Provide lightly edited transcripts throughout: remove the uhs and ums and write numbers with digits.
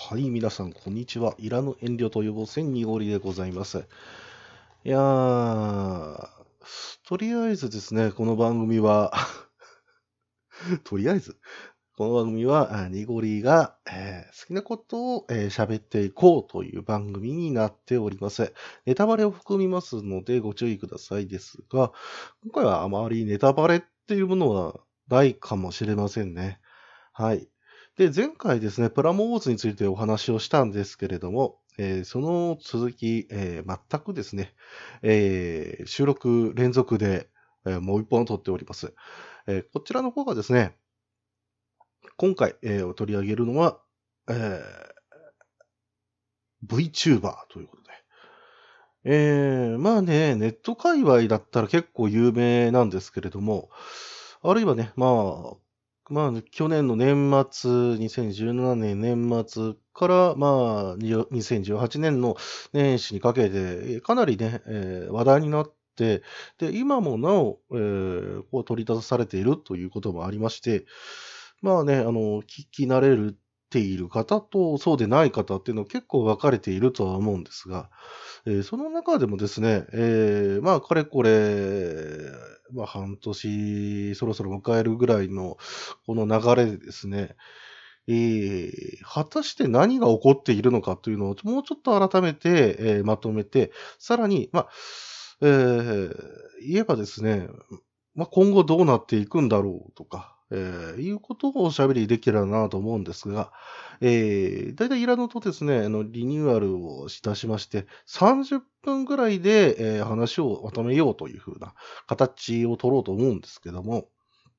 はい、皆さん、こんにちは。いらぬ遠慮と予防線にごりでございます。いやー、とりあえずですね、この番組はとりあえず、この番組は、ニゴリが、好きなことを喋っていこうという番組になっております。ネタバレを含みますのでご注意くださいですが、今回はあまりネタバレっていうものはないかもしれませんね。はい。で、前回ですね、プラモウォーズについてお話をしたんですけれども、その続き、全くですね、収録連続で、もう一本撮っております。こちらの方がですね、今回、取り上げるのは、VTuber ということで。まあね、ネット界隈だったら結構有名なんですけれども、あるいはね、去年の年末、2017年年末から、2018年の年始にかけて、かなりね、話題になって、で、今もなお、こう取り出されているということもありまして、まあね、聞き慣れている方とそうでない方っていうのは結構分かれているとは思うんですが、その中でもですね、かれこれ、半年そろそろ迎えるぐらいのこの流れでですね、果たして何が起こっているのかというのをもうちょっと改めて、まとめて、さらに、えー言えばですね、今後どうなっていくんだろうとか、いうことをおしゃべりできたらなと思うんですが、だいたいいらぬとですね、リニューアルをいたしまして、30分ぐらいで、話をまとめようというふうな形を取ろうと思うんですけども、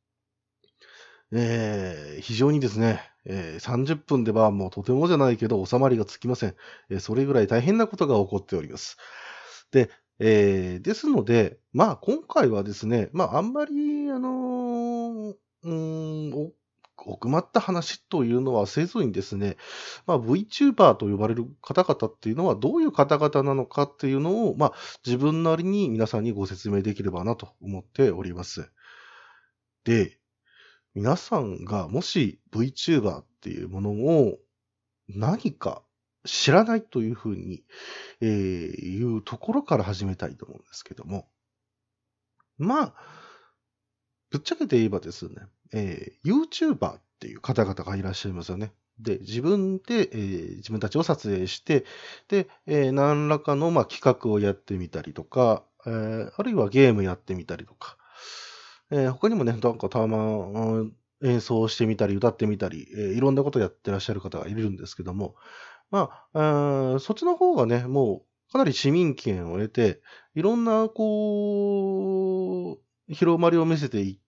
非常にですね、30分ではもうとてもじゃないけど収まりがつきません。それぐらい大変なことが起こっております。で、ですので、今回はですね、あんまり、奥まった話というのはせずにですね、VTuber と呼ばれる方々っていうのはどういう方々なのかっていうのを、自分なりに皆さんにご説明できればなと思っております。で、皆さんがもし VTuber っていうものを何か知らないというふうに、いうところから始めたいと思うんですけども、まあ、ぶっちゃけて言えばですね、YouTuber っていう方々がいらっしゃいますよね。で、自分で、自分たちを撮影して、で、何らかの、企画をやってみたりとか、あるいはゲームやってみたりとか、他にもね、なんか演奏してみたり、歌ってみたり、いろんなことやってらっしゃる方がいるんですけども、そっちの方がね、もうかなり市民権を得て、いろんな、広まりを見せていって、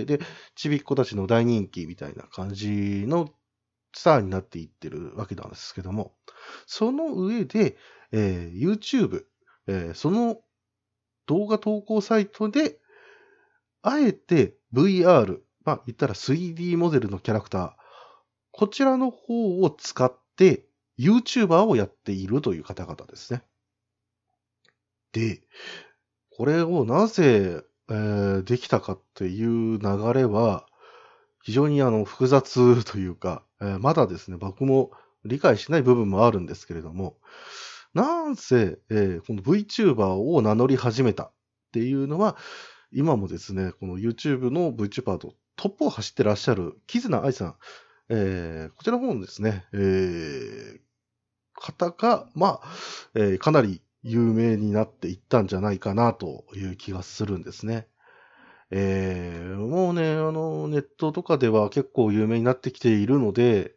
で、ちびっ子たちの大人気みたいな感じのスターになっていってるわけなんですけども、その上で、YouTube、その動画投稿サイトで、あえて VR、言ったら 3D モデルのキャラクター、こちらの方を使って YouTuber をやっているという方々ですね。で、これをなぜ、できたかっていう流れは、非常に複雑というか、まだですね、僕も理解しない部分もあるんですけれども、なんせ、この VTuber を名乗り始めたっていうのは、今もですね、この YouTube の VTuber とトップを走ってらっしゃるキズナアイさん、こちらの方のですね、方が、かなり有名になっていったんじゃないかなという気がするんですね。もうね、ネットとかでは結構有名になってきているので、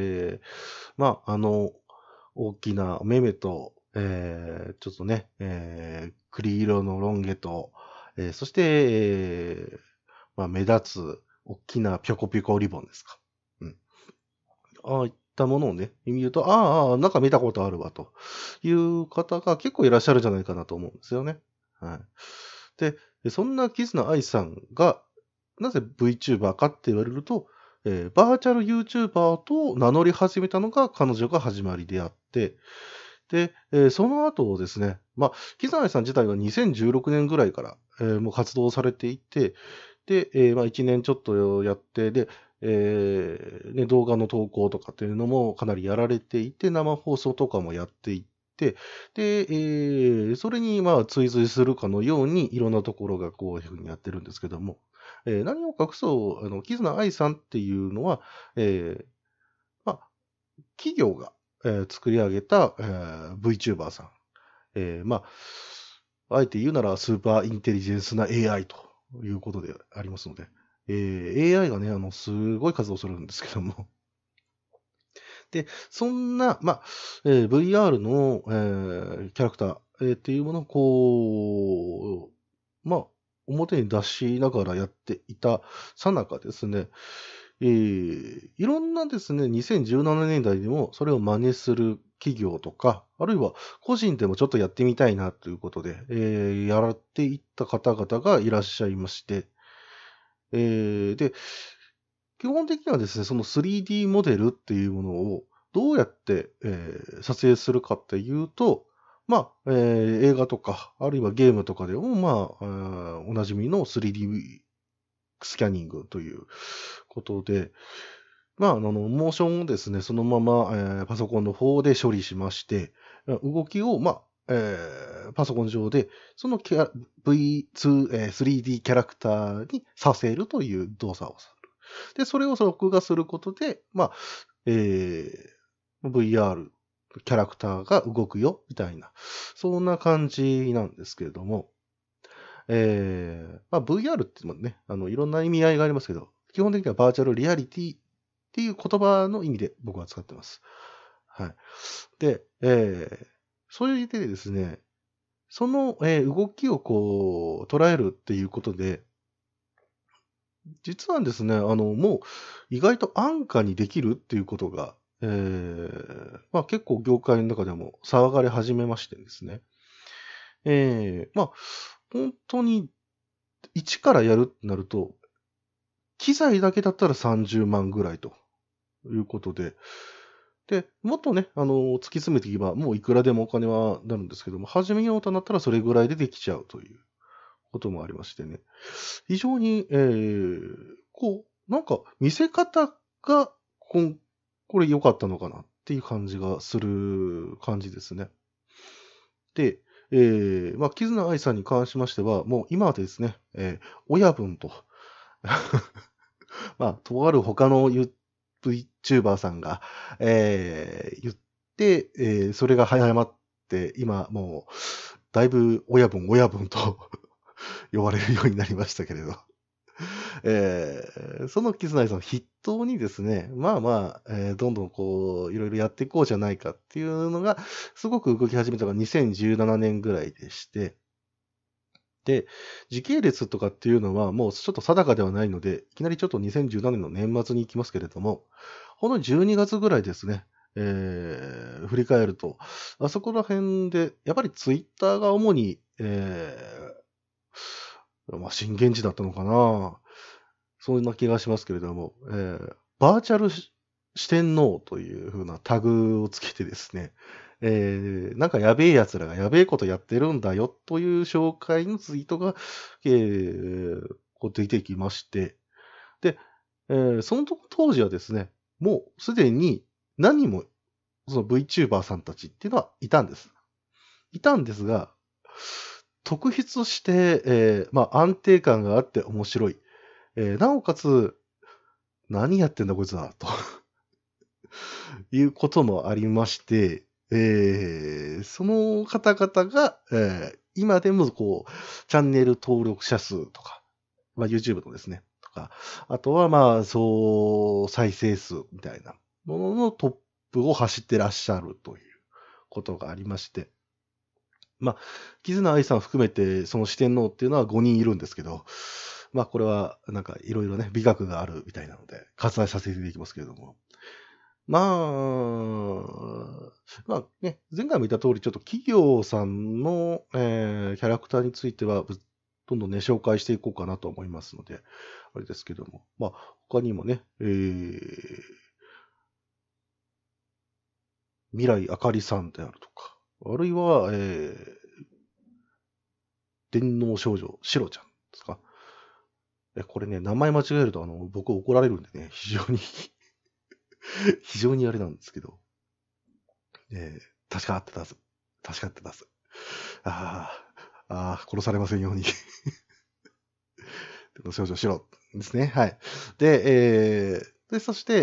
大きなメメと、ちょっとね、栗色のロン毛と、そして、目立つ大きなぴょこぴょこリボンですか。うん。ああいったものをね、見ると、なんか見たことあるわ、という方が結構いらっしゃるんじゃないかなと思うんですよね。はい。で、そんなキズナアイさんが、なぜ VTuber かって言われると、バーチャル YouTuber と名乗り始めたのが彼女が始まりであって、で、その後ですね、キズナアイさん自体は2016年ぐらいから、もう活動されていて、で、1年ちょっとやって、で、 動画の投稿とかっていうのもかなりやられていて、生放送とかもやっていって、で、それに追随するかのようにいろんなところがこういうふうにやってるんですけども、何を隠そう、キズナアイさんっていうのは、企業が、作り上げた、VTuber さん。あえて言うならスーパーインテリジェンスな AI ということでありますので、AI がね、すごい活動するんですけども。で、そんな、VR の、キャラクター、っていうものをこう、表に出しながらやっていたさなかですね、いろんなですね、2017年代にもそれを真似する企業とか、あるいは個人でもちょっとやってみたいなということで、やっていった方々がいらっしゃいまして、で、基本的にはですね、その 3D モデルっていうものをどうやって、撮影するかっていうと、映画とか、あるいはゲームとかでも、おなじみの 3D スキャニングということで、モーションをですね、そのまま、パソコンの方で処理しまして、動きを、パソコン上で、その3D キャラクターにさせるという動作をする。で、それを録画することで、VR キャラクターが動くよ、みたいな、そんな感じなんですけれども、VR ってもね、いろんな意味合いがありますけど、基本的にはバーチャルリアリティっていう言葉の意味で僕は使ってます。はい。で、それでですね、その、動きをこう、捉えるっていうことで、実はですね、もう意外と安価にできるっていうことが、結構業界の中でも騒がれ始めましてですね。本当に一からやるってなると、機材だけだったら30万ぐらいということで、で、もっとね、突き詰めていけば、もういくらでもお金はなるんですけども、始めようとなったらそれぐらいでできちゃうということもありましてね。非常に、なんか見せ方が、これ良かったのかなっていう感じがする感じですね。で、キズナアイさんに関しましては、もう今はですね、親分と、とある他のVTuber さんが、言って、それが早まって、今もう、だいぶ親分と呼ばれるようになりましたけれど。そのキズナイさんを筆頭にですね、どんどんこう、いろいろやっていこうじゃないかっていうのが、すごく動き始めたのが2017年ぐらいでして、で、時系列とかっていうのはもうちょっと定かではないので、いきなりちょっと2017年の年末に行きますけれども、この12月ぐらいですね、振り返ると、あそこら辺で、やっぱりツイッターが主に、震源地だったのかな。そんな気がしますけれども、バーチャル四天王という風なタグをつけてですね、なんかやべえ奴らがやべえことやってるんだよという紹介のツイートが、こう出てきまして、で、その当時はですね、もうすでに何人もその VTuber さんたちっていうのはいたんです。いたんですが、特筆して、安定感があって面白い。なおかつ、何やってんだこいつは、ということもありまして、その方々が、今でもこう、チャンネル登録者数とか、YouTube のですね、とか、あとは総再生数みたいなもののトップを走ってらっしゃるということがありまして、キズナアイさん含めて、その四天王っていうのは5人いるんですけど、これは、なんか、いろいろね、美学があるみたいなので、割愛させていただきますけれども。前回も言った通り、ちょっと企業さんの、キャラクターについては、どんどんね、紹介していこうかなと思いますので、あれですけども。他にもね、未来あかりさんであるとか、あるいは、電脳少女、シロちゃんですか。 これね、名前間違えると僕怒られるんでね、非常に非常にあれなんですけど。確か合ってたす。確か合ってたす。殺されませんように。少々しろ。ですね。はい。で、そして、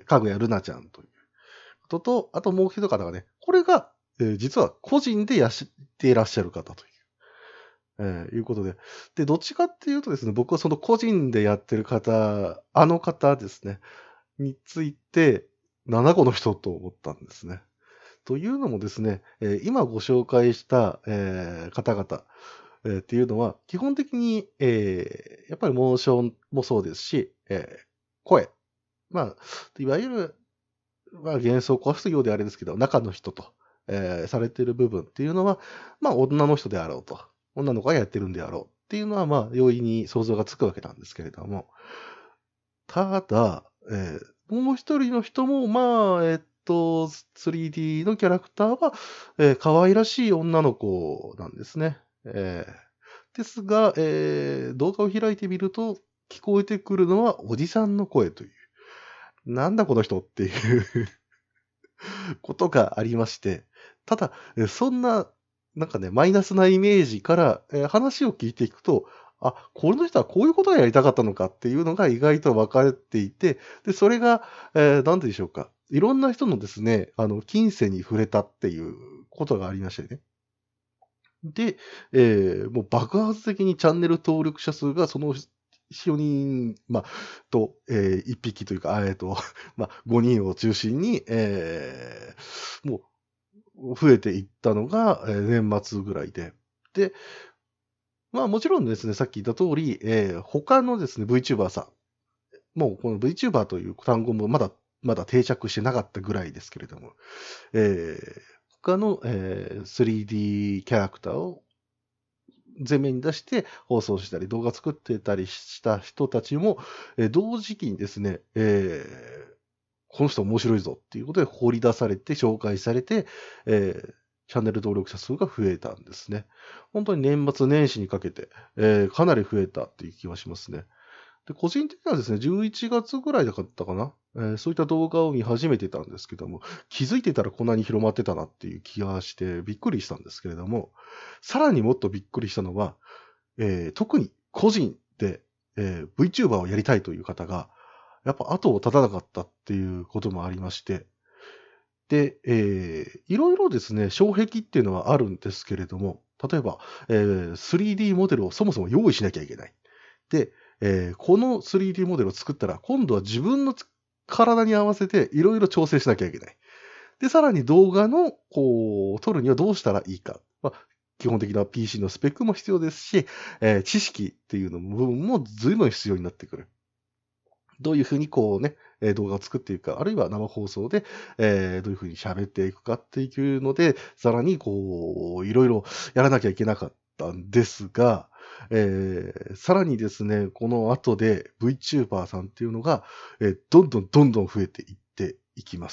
かぐやるなちゃんということと、あともう一方がね、これが、実は個人でやっていらっしゃる方ということで。で、どっちかっていうとですね、僕はその個人でやってる方、あの方ですね、について、7個の人と思ったんですね。というのもですね、今ご紹介した、方々、っていうのは、基本的に、やっぱりモーションもそうですし、声。まあ、いわゆる、幻想を壊すようであれですけど、中の人と、されている部分っていうのは、女の人であろうと。女の子がやってるんであろうっていうのは、容易に想像がつくわけなんですけれども、ただ、もう一人の人も、3D のキャラクターは、可愛らしい女の子なんですね。ですが、動画を開いてみると、聞こえてくるのはおじさんの声という。なんだこの人っていうことがありまして、ただ、そんな、なんかね、マイナスなイメージから、話を聞いていくと、この人はこういうことがやりたかったのかっていうのが意外と分かれていて、で、それが、なんでしょうか。いろんな人のですね、近世に触れたっていうことがありましてね。で、もう爆発的にチャンネル登録者数がその4人、1匹というか、5人を中心に、もう増えていったのが、年末ぐらいで。で、もちろんですね、さっき言った通り、他のですね、VTuber さん、もうこの VTuber という単語もまだ定着してなかったぐらいですけれども、他の、3D キャラクターを前面に出して放送したり、動画作ってたりした人たちも、同時期にですね、この人面白いぞっていうことで掘り出されて、紹介されて、チャンネル登録者数が増えたんですね。本当に年末年始にかけて、かなり増えたっていう気がしますね。で、個人的にはですね、11月ぐらいだったかな、そういった動画を見始めてたんですけども、気づいてたらこんなに広まってたなっていう気がしてびっくりしたんですけれども、さらにもっとびっくりしたのは、特に個人で、VTuber をやりたいという方が、やっぱ後を絶たなかったっていうこともありまして、で、いろいろですね、障壁っていうのはあるんですけれども、例えば、3D モデルをそもそも用意しなきゃいけない。で、この 3D モデルを作ったら、今度は自分の体に合わせていろいろ調整しなきゃいけない。で、さらに動画の、撮るにはどうしたらいいか。基本的な PC のスペックも必要ですし、知識っていうの部分も随分必要になってくる。どういうふうに動画を作っていくか、あるいは生放送で、どういうふうに喋っていくかっていうので、さらにいろいろやらなきゃいけなかったんですが、さらにですね、この後で VTuber さんっていうのが、どんどん増えていっていきます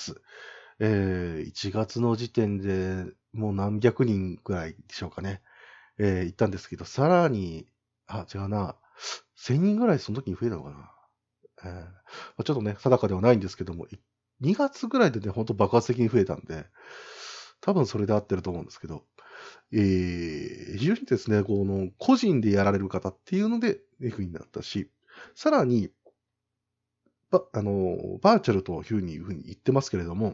。1月の時点でもう何百人くらいでしょうかね。行ったんですけど、さらに、違うな。1000人ぐらいその時に増えたのかな。ちょっとね、定かではないんですけども、2月ぐらいでね、ほんと爆発的に増えたんで、多分それで合ってると思うんですけど、非常にですね、個人でやられる方っていうので、F になったし、さらに、バーチャルというふうに言ってますけれども、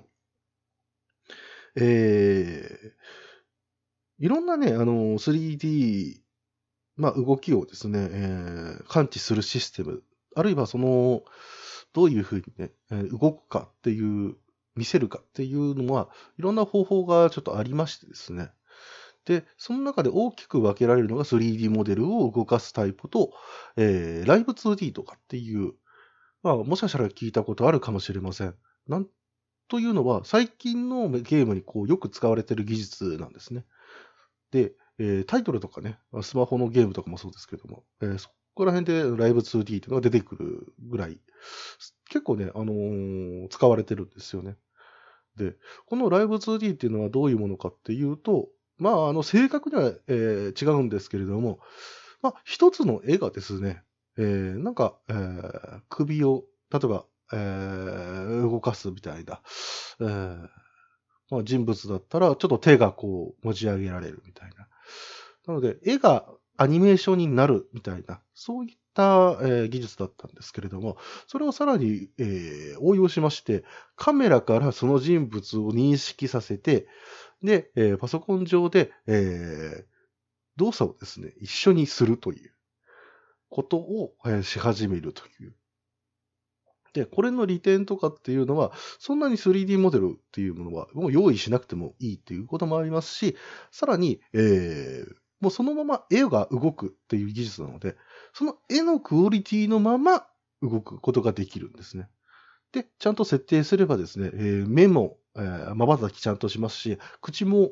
いろんなね、3D、動きをですね、感知するシステム、あるいはどういうふうにね、動くかっていう、見せるかっていうのは、いろんな方法がちょっとありましてですね。で、その中で大きく分けられるのが 3D モデルを動かすタイプと、ライブ 2D とかっていう、もしかしたら聞いたことあるかもしれません。なんというのは、最近のゲームによく使われている技術なんですね。で、タイトルとかね、スマホのゲームとかもそうですけども、そこら辺でライブ 2D っていうのが出てくるぐらい、結構ね、使われてるんですよね。で、このライブ 2D っていうのはどういうものかっていうと、正確には、違うんですけれども、一つの絵がですね、 なんか、首を、例えば、動かすみたいな、まあ、人物だったら、ちょっと手がこう持ち上げられるみたいな。なので、絵がアニメーションになるみたいな、そういった、技術だったんですけれども、それをさらに、応用しまして、カメラからその人物を認識させて、で、パソコン上で、動作をですね、一緒にするということを、し始めるという。で、これの利点とかっていうのは、そんなに 3D モデルっていうものはもう用意しなくてもいいっていうこともありますし、さらに、もうそのまま絵が動くっていう技術なので、その絵のクオリティのまま動くことができるんですね。で、ちゃんと設定すればですね、目も、瞬きちゃんとしますし、口も、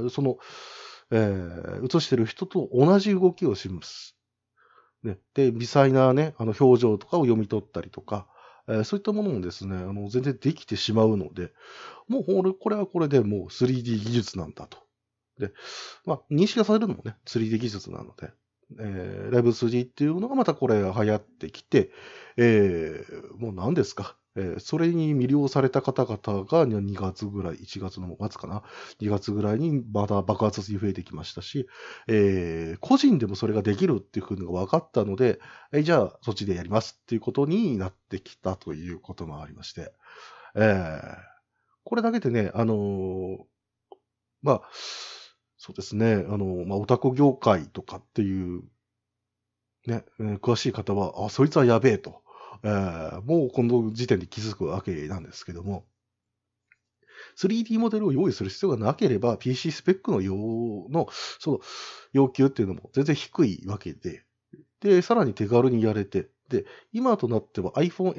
映してる人と同じ動きをします。ね、で、微細なね、表情とかを読み取ったりとか、そういったものもですね、全然できてしまうので、もうこれはこれでもう 3D 技術なんだと。で、まあ、認識がされるのもね、3D 技術なので、ライブ 3D っていうのがまたこれが流行ってきて、もう何ですか、それに魅了された方々が2月ぐらい、1月の末かな、2月ぐらいにまた爆発的に増えてきましたし、個人でもそれができるっていうのが分かったので、じゃあそっちでやりますっていうことになってきたということもありまして、これだけでね、まあ、そうですね。まあ、オタク業界とかっていうね、詳しい方は、あ、そいつはやべえと、もうこの時点で気づくわけなんですけども、3D モデルを用意する必要がなければ、PC スペックのその要求っていうのも全然低いわけで、で、さらに手軽にやれて、で、今となっては iPhone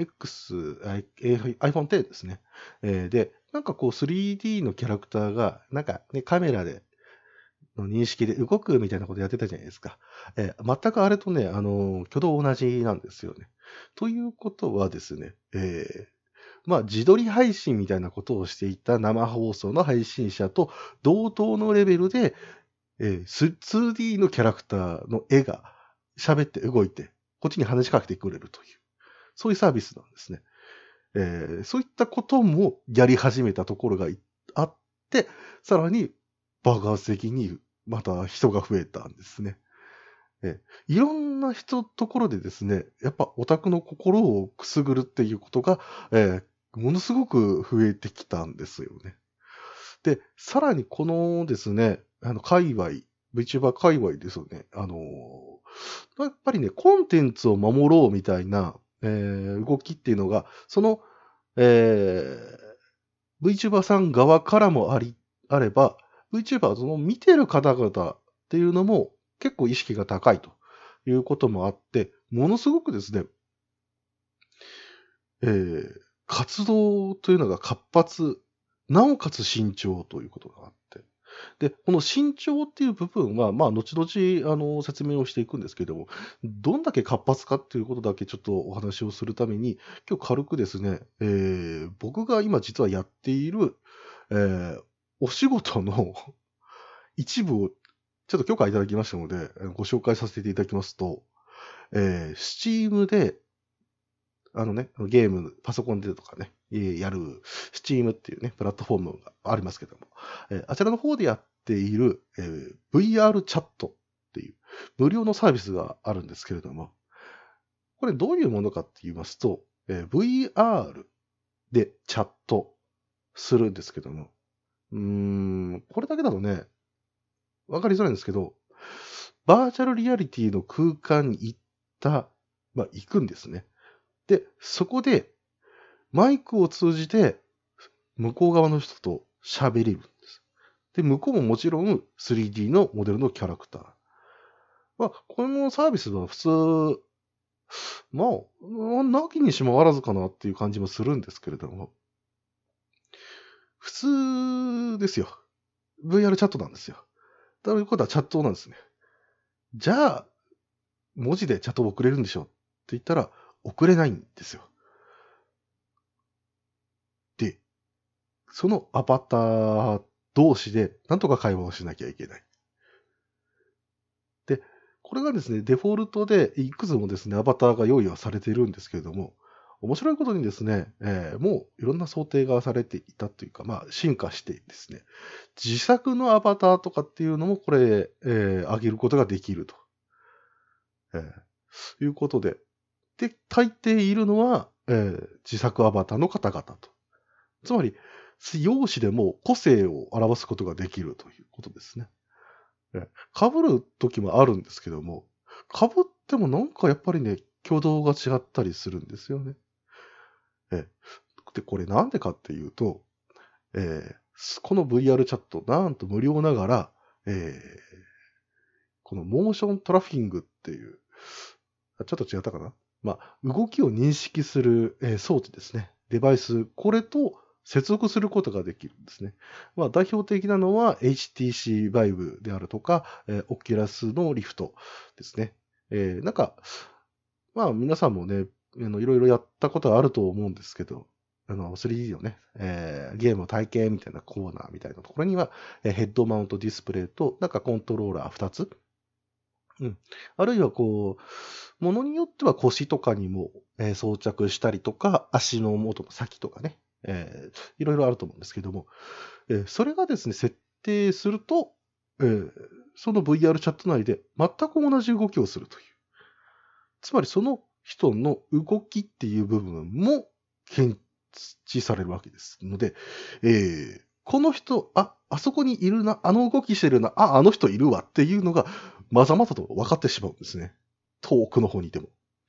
X、iPhone X ですね。で、なんかこう 3D のキャラクターが、なんかね、カメラでの認識で動くみたいなことやってたじゃないですか。全くあれとね、挙動同じなんですよね。ということはですね、まあ、自撮り配信みたいなことをしていた生放送の配信者と同等のレベルで、2D のキャラクターの絵が喋って動いて、こっちに話しかけてくれるという、そういうサービスなんですね。そういったこともやり始めたところがあって、さらに爆発的にまた人が増えたんですね。いろんなところでですね、やっぱオタクの心をくすぐるっていうことが、ものすごく増えてきたんですよね。で、さらにこのですね、界隈、VTuber 界隈ですよね。やっぱりね、コンテンツを守ろうみたいな、動きっていうのが、VTuber さん側からもあれば、VTuber その見てる方々っていうのも結構意識が高いということもあって、ものすごくですね、活動というのが活発、なおかつ慎重ということがあって。で、この慎重っていう部分は、まあ、後々、説明をしていくんですけども、どんだけ活発かっていうことだけちょっとお話をするために、今日軽くですね、僕が今実はやっている、お仕事の一部をちょっと許可いただきましたので、ご紹介させていただきますと、Steam で、ゲーム、パソコンでとかね、やる Steam っていうね、プラットフォームがありますけども、あちらの方でやっている、VR チャットっていう無料のサービスがあるんですけれども、これどういうものかって言いますと、VR でチャットするんですけども、これだけだとね、わかりづらいんですけど、バーチャルリアリティの空間に行くんですね。で、そこでマイクを通じて向こう側の人と喋れるんです。で、向こうももちろん 3D のモデルのキャラクター。まあ、このサービスは普通、まあ、なきにしもあらずかなっていう感じもするんですけれども、普通ですよ。VR チャットなんですよ。ということはチャットなんですね。じゃあ、文字でチャットを送れるんでしょうって言ったら、送れないんですよ。で、そのアバター同士でなんとか会話をしなきゃいけない。で、 これがですね、デフォルトでいくつもですね、アバターが用意はされているんですけれども、面白いことにですね、もういろんな想定がされていたというか、進化してですね、自作のアバターとかっていうのもこれ、上げることができると、いうことで、で、大抵いるのは、自作アバターの方々と。つまり、容姿でも個性を表すことができるということですね。被る時もあるんですけども、被ってもなんかやっぱりね、挙動が違ったりするんですよね。で、これなんでかっていうと、この VR チャット、なんと無料ながら、このモーショントラフィングっていう、ちょっと違ったかな。動きを認識する、装置ですね。デバイス、これと接続することができるんですね。代表的なのは HTC Vive であるとか、Oculus のリフトですね。皆さんもね、いろいろやったことがあると思うんですけど、3D のね、ゲームの体験みたいなコーナーみたいなところには、ヘッドマウントディスプレイと、コントローラー2つ。あるいはものによっては腰とかにも、装着したりとか、足の元の先とかね、いろいろあると思うんですけども、それがですね、設定すると、その VR チャット内で全く同じ動きをするという。つまりその人の動きっていう部分も検知されるわけですので、この人、あそこにいるな、あの動きしてるな、あの人いるわっていうのがまざまざと分かってしまうんですね。遠くの方にいても。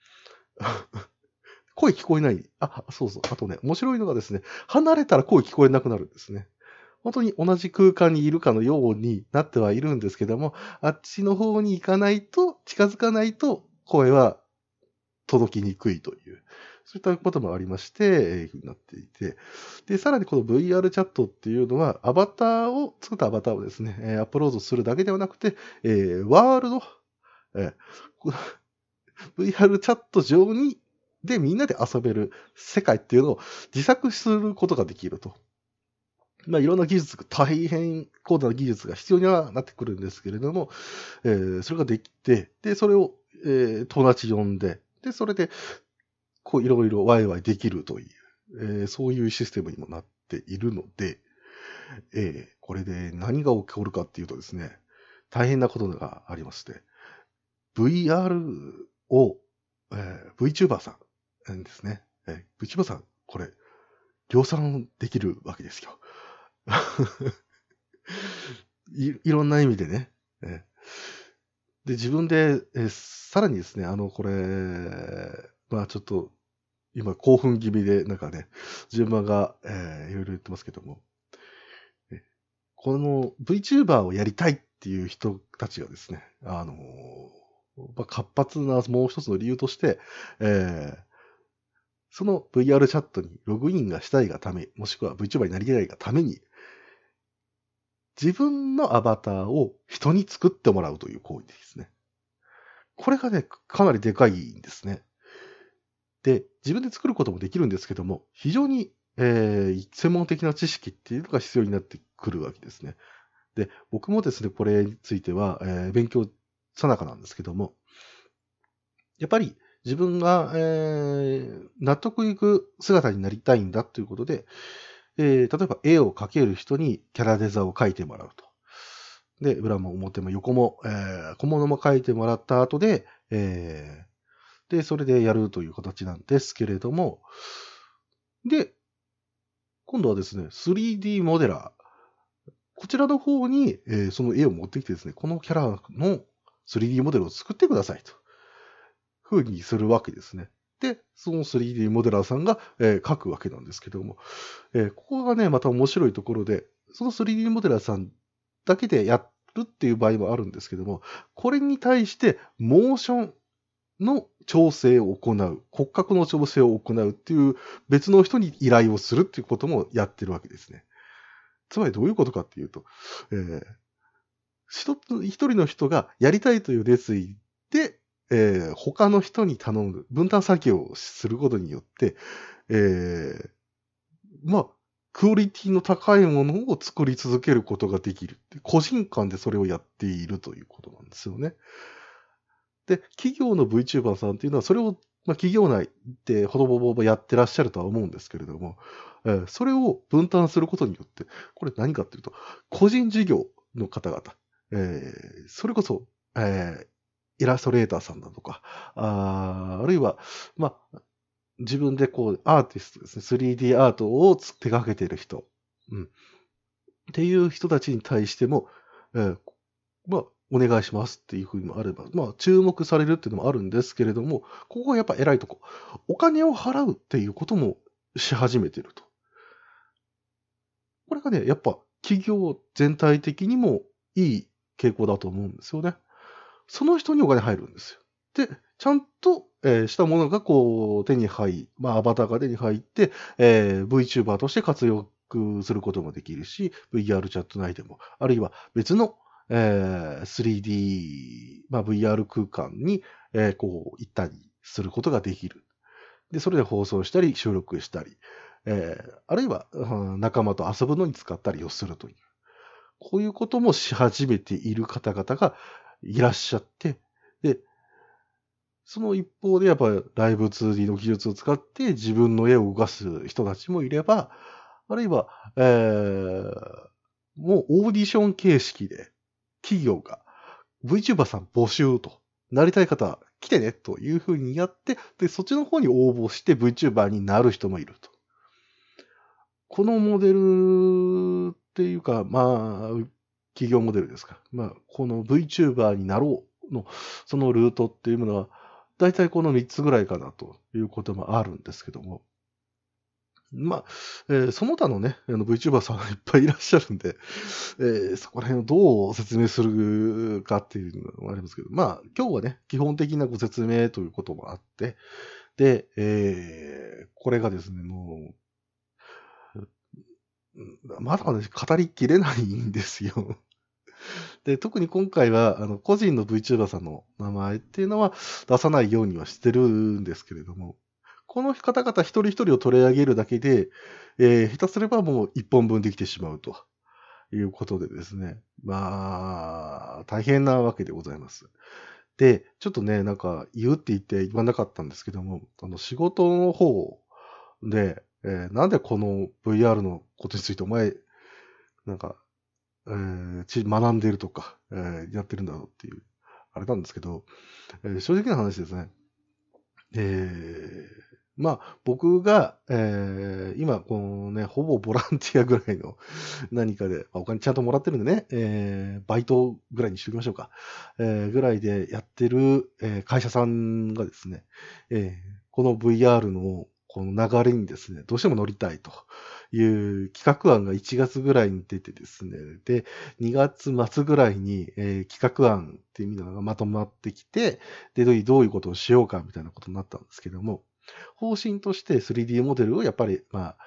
声聞こえない。そうそう。あとね、面白いのがですね、離れたら声聞こえなくなるんですね。本当に同じ空間にいるかのようになってはいるんですけども、あっちの方に行かないと、近づかないと声は届きにくいという、そういったこともありまして、なっていて、で、さらにこの VR チャットっていうのは、作ったアバターをですね、アップロードするだけではなくて、ワールド、VR チャット上でみんなで遊べる世界っていうのを自作することができると。いろんな技術、大変高度な技術が必要にはなってくるんですけれども、それができて、で、それを、友達呼んで、で、それで、いろいろワイワイできるという、そういうシステムにもなっているので、これで何が起こるかっていうとですね、大変なことがありまして、VR を、VTuber さんですね。VTuber さん、これ、量産できるわけですよ。いろんな意味でね。で、自分で、さらにですね、これ、ちょっと、今興奮気味で、順番が、いろいろ言ってますけども、この VTuber をやりたいっていう人たちがですね、活発なもう一つの理由として、その VR チャットにログインがしたいがため、もしくは VTuber になりたいがために、自分のアバターを人に作ってもらうという行為ですね。これがね、かなりでかいんですね。で、自分で作ることもできるんですけども、非常に、専門的な知識っていうのが必要になってくるわけですね。で、僕もですね、これについては、勉強さなかなんですけども、やっぱり自分が、納得いく姿になりたいんだということで、例えば絵を描ける人にキャラデザを描いてもらうと。で、裏も表も横も、小物も描いてもらった後で、で、それでやるという形なんですけれども、で、今度はですね、3D モデラー。こちらの方に、その絵を持ってきてですね、このキャラの 3D モデルを作ってくださいと。ふうにするわけですね。で、その 3D モデラーさんが、描くわけなんですけども、ここがね、また面白いところで、その 3D モデラーさんだけでやるっていう場合もあるんですけども、これに対してモーションの調整を行う、骨格の調整を行うっていう別の人に依頼をするっていうこともやってるわけですね。つまりどういうことかっていうと、一人の人がやりたいという熱意で、他の人に頼む、分担作業をすることによって、クオリティの高いものを作り続けることができる。個人間でそれをやっているということなんですよね。 で、企業の VTuber さんっていうのは、それを、企業内でほぼほぼやってらっしゃるとは思うんですけれども、それを分担することによって、これ何かっていうと、個人事業の方々、それこそ、イラストレーターさんだとか、あるいは、自分でアーティストですね、3D アートを手掛けている人、っていう人たちに対しても、お願いしますっていうふうにもあれば、注目されるっていうのもあるんですけれども、ここはやっぱ偉いとこ。お金を払うっていうこともし始めてると。これがね、やっぱ企業全体的にもいい傾向だと思うんですよね。その人にお金入るんですよ。で、ちゃんと、したものが手に入り、アバターが手に入って、VTuber として活躍することもできるし、VR チャット内でも、あるいは別の、3D、VR 空間に、行ったりすることができる。で、それで放送したり、収録したり、あるいは、仲間と遊ぶのに使ったりをするという。こういうこともし始めている方々がいらっしゃって、で、その一方でやっぱライブ 2D の技術を使って自分の絵を動かす人たちもいれば、あるいは、もうオーディション形式で企業が VTuber さん募集と、なりたい方来てねというふうにやって、で、そっちの方に応募して VTuber になる人もいると。このモデルっていうか、企業モデルですか。この VTuber になろうの、そのルートっていうものは、だいたいこの3つぐらいかなということもあるんですけども。その他のね、VTuber さんがいっぱいいらっしゃるんで、そこら辺をどう説明するかっていうのもありますけど、今日はね、基本的なご説明ということもあって、で、これがですね、もう、まだまだ語りきれないんですよ。で、特に今回は、個人の VTuber さんの名前っていうのは出さないようにはしてるんですけれども、この方々一人一人を取り上げるだけで、下手すればもう一本分できてしまうということでですね。大変なわけでございます。で、ちょっとね、言うって言って言わなかったんですけども、仕事の方で、なんでこの VR のことについてお前、学んでるとか、やってるんだろうっていう、あれなんですけど、正直な話ですね。僕が、今、ほぼボランティアぐらいの何かで、お金ちゃんともらってるんでね、バイトぐらいにしておきましょうか。ぐらいでやってる、会社さんがですね、この VR のこの流れにですね、どうしても乗りたいという企画案が1月ぐらいに出てですね、で、2月末ぐらいに、企画案っていうのがまとまってきて、で、どういうことをしようかみたいなことになったんですけども、方針として 3D モデルをやっぱり、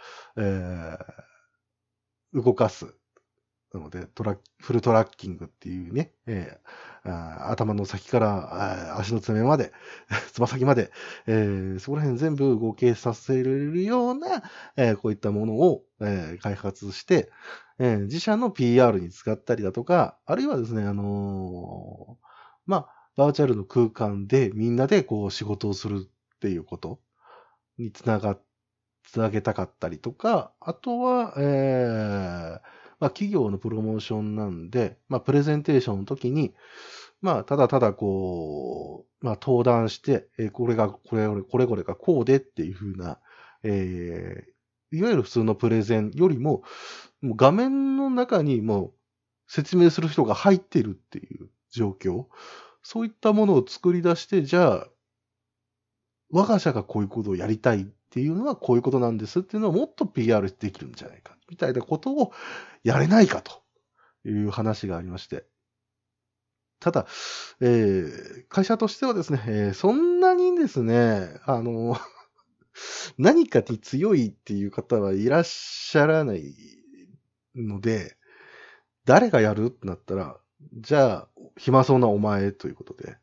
動かす。なので、フルトラッキングっていうね、頭の先から足の爪まで、つま先まで、そこら辺全部合計させるような、こういったものを、開発して、自社の PR に使ったりだとか、あるいはですね、バーチャルの空間でみんなで仕事をするっていうことにつなげたかったりとか、あとは、企業のプロモーションなんで、プレゼンテーションの時に、ただただ登壇して、これがこうでっていう風な、いわゆる普通のプレゼンよりも、もう画面の中にもう説明する人が入っているっていう状況。そういったものを作り出して、じゃあ、我が社がこういうことをやりたいっていうのはこういうことなんですっていうのをもっと PR できるんじゃないか、みたいなことをやれないかという話がありまして。ただ、会社としてはですね、そんなにですね、何かに強いっていう方はいらっしゃらないので、誰がやるってなったら、じゃあ、暇そうなお前ということで、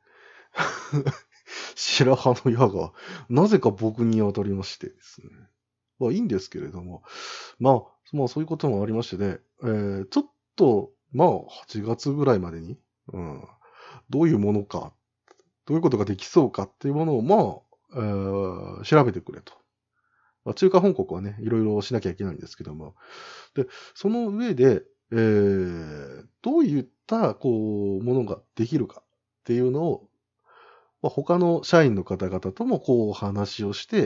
白羽の矢が、なぜか僕に当たりましてですね。いいんですけれども、そういうこともありましてね、ちょっと、8月ぐらいまでに、どういうものかどういうことができそうかっていうものを、調べてくれと。中間報告はね、いろいろしなきゃいけないんですけども。で、その上で、どういった、ものができるかっていうのを、他の社員の方々ともお話をして、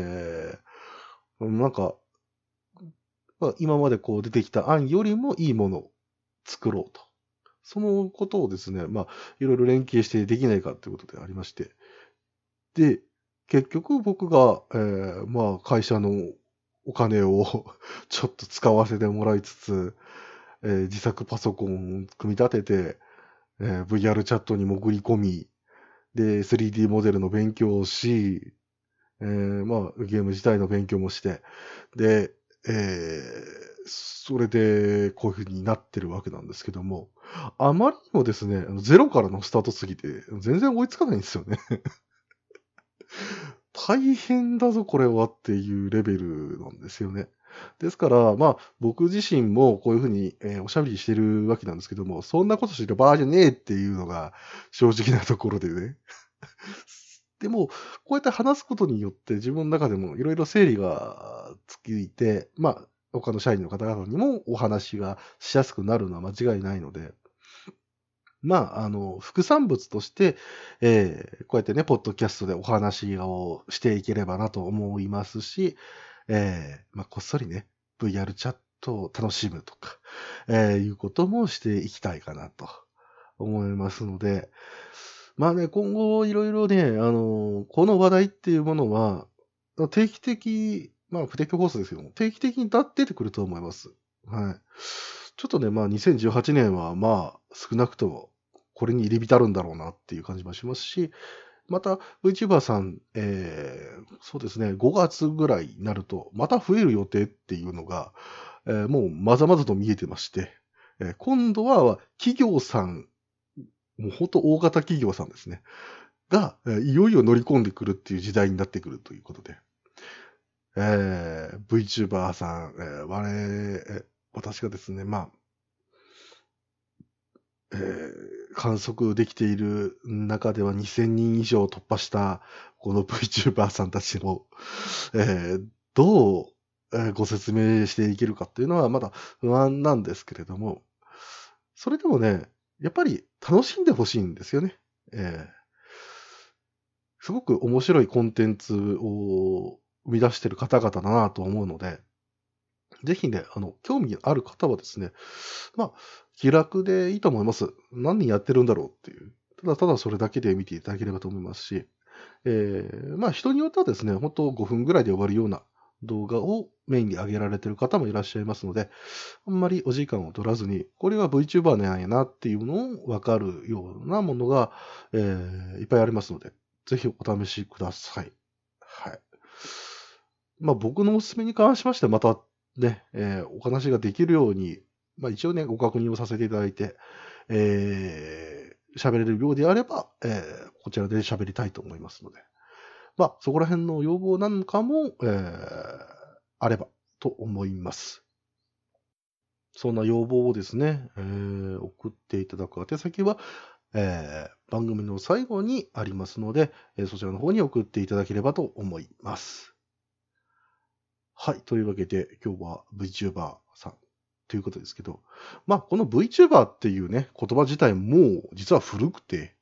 なんか、今まで出てきた案よりもいいものを作ろうと。そのことをですね、いろいろ連携してできないかということでありまして。で、結局僕が、会社のお金をちょっと使わせてもらいつつ、自作パソコンを組み立てて、VR チャットに潜り込み、で、3D モデルの勉強をし、ゲーム自体の勉強もして、で、それで、こういう風になってるわけなんですけども、あまりにもですね、ゼロからのスタートすぎて、全然追いつかないんですよね。大変だぞ、これはっていうレベルなんですよね。ですから、僕自身もこういうふうに、おしゃべりしてるわけなんですけども、そんなことしてる場合じゃねえっていうのが正直なところでね。でも、こうやって話すことによって自分の中でもいろいろ整理がついて、他の社員の方々にもお話がしやすくなるのは間違いないので、副産物として、こうやってね、ポッドキャストでお話をしていければなと思いますし、こっそりね、VR チャットを楽しむとか、いうこともしていきたいかなと思いますので、今後いろいろね、この話題っていうものは、定期的、不定期放送ですけども、定期的に出てくると思います。はい。ちょっとね、2018年は少なくともこれに入り浸るんだろうなっていう感じもしますし、また VTuber さん、そうですね、5月ぐらいになると、また増える予定っていうのが、もうまざまざと見えてまして、今度は企業さん、もう本当大型企業さんですね、が、いよいよ乗り込んでくるっていう時代になってくるということで、VTuber さん、私がですね、観測できている中では2000人以上突破したこの VTuber さんたちを、どう、ご説明していけるかっていうのはまだ不安なんですけれども、それでもね、やっぱり楽しんでほしいんですよね。すごく面白いコンテンツを生み出している方々だなと思うので、ぜひね、興味ある方はですね、気楽でいいと思います。何やってるんだろうっていう。ただただそれだけで見ていただければと思いますし、人によってはですね、本当5分ぐらいで終わるような動画をメインに上げられている方もいらっしゃいますので、あんまりお時間を取らずに、これは VTuber なんやなっていうのをわかるようなものが、いっぱいありますので、ぜひお試しください。はい。僕のおすすめに関しましては、またね、お話ができるように、一応ね、ご確認をさせていただいて、喋れるようであれば、こちらで喋りたいと思いますので、そこら辺の要望なんかも、あればと思います。そんな要望をですね、送っていただく宛先は、番組の最後にありますので、そちらの方に送っていただければと思います。はい。というわけで、今日は VTuber さんということですけど、この VTuber っていうね、言葉自体も実は古くて、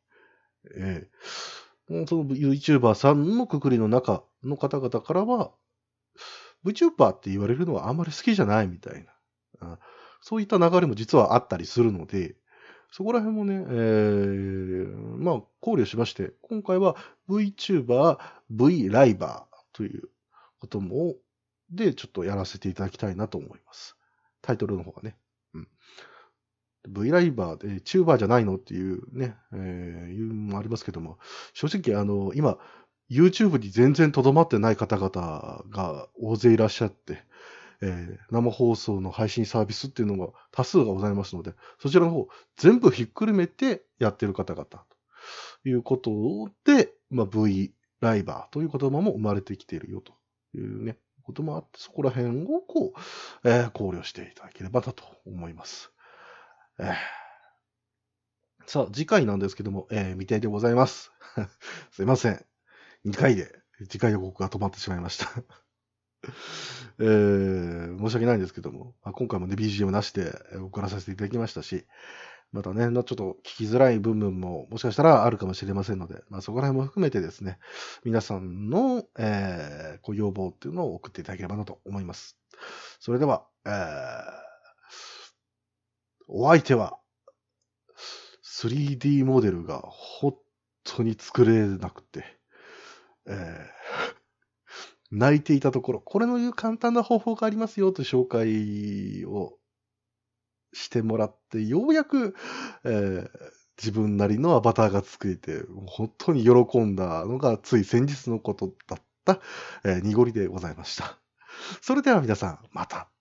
その YouTuber さんのくくりの中の方々からは、VTuber って言われるのはあんまり好きじゃないみたいな、そういった流れも実はあったりするので、そこら辺もね、考慮しまして、今回は VTuber、V ライバーということも、で、ちょっとやらせていただきたいなと思います。タイトルの方がね。V ライバーでチューバーじゃないのっていうね、いうのもありますけども、正直今、YouTube に全然とどまってない方々が大勢いらっしゃって、生放送の配信サービスっていうのが多数がございますので、そちらの方、全部ひっくるめてやってる方々ということで、V ライバーという言葉も生まれてきているよというね、こともあって、そこら辺を考慮していただければだと思います。 さあ、次回なんですけども、未定でございます。すいません。2回で、次回予告が止まってしまいました。申し訳ないんですけども、今回もね、BGM なしで送らさせていただきましたし、またね、ちょっと聞きづらい部分ももしかしたらあるかもしれませんので、そこら辺も含めてですね、皆さんの、ご要望っていうのを送っていただければなと思います。それでは、お相手は、3D モデルが本当に作れなくて、泣いていたところ、これのいう簡単な方法がありますよという紹介をしてもらって、ようやく、自分なりのアバターが作れて、本当に喜んだのがつい先日のことだった、濁りでございました。それでは皆さん、また。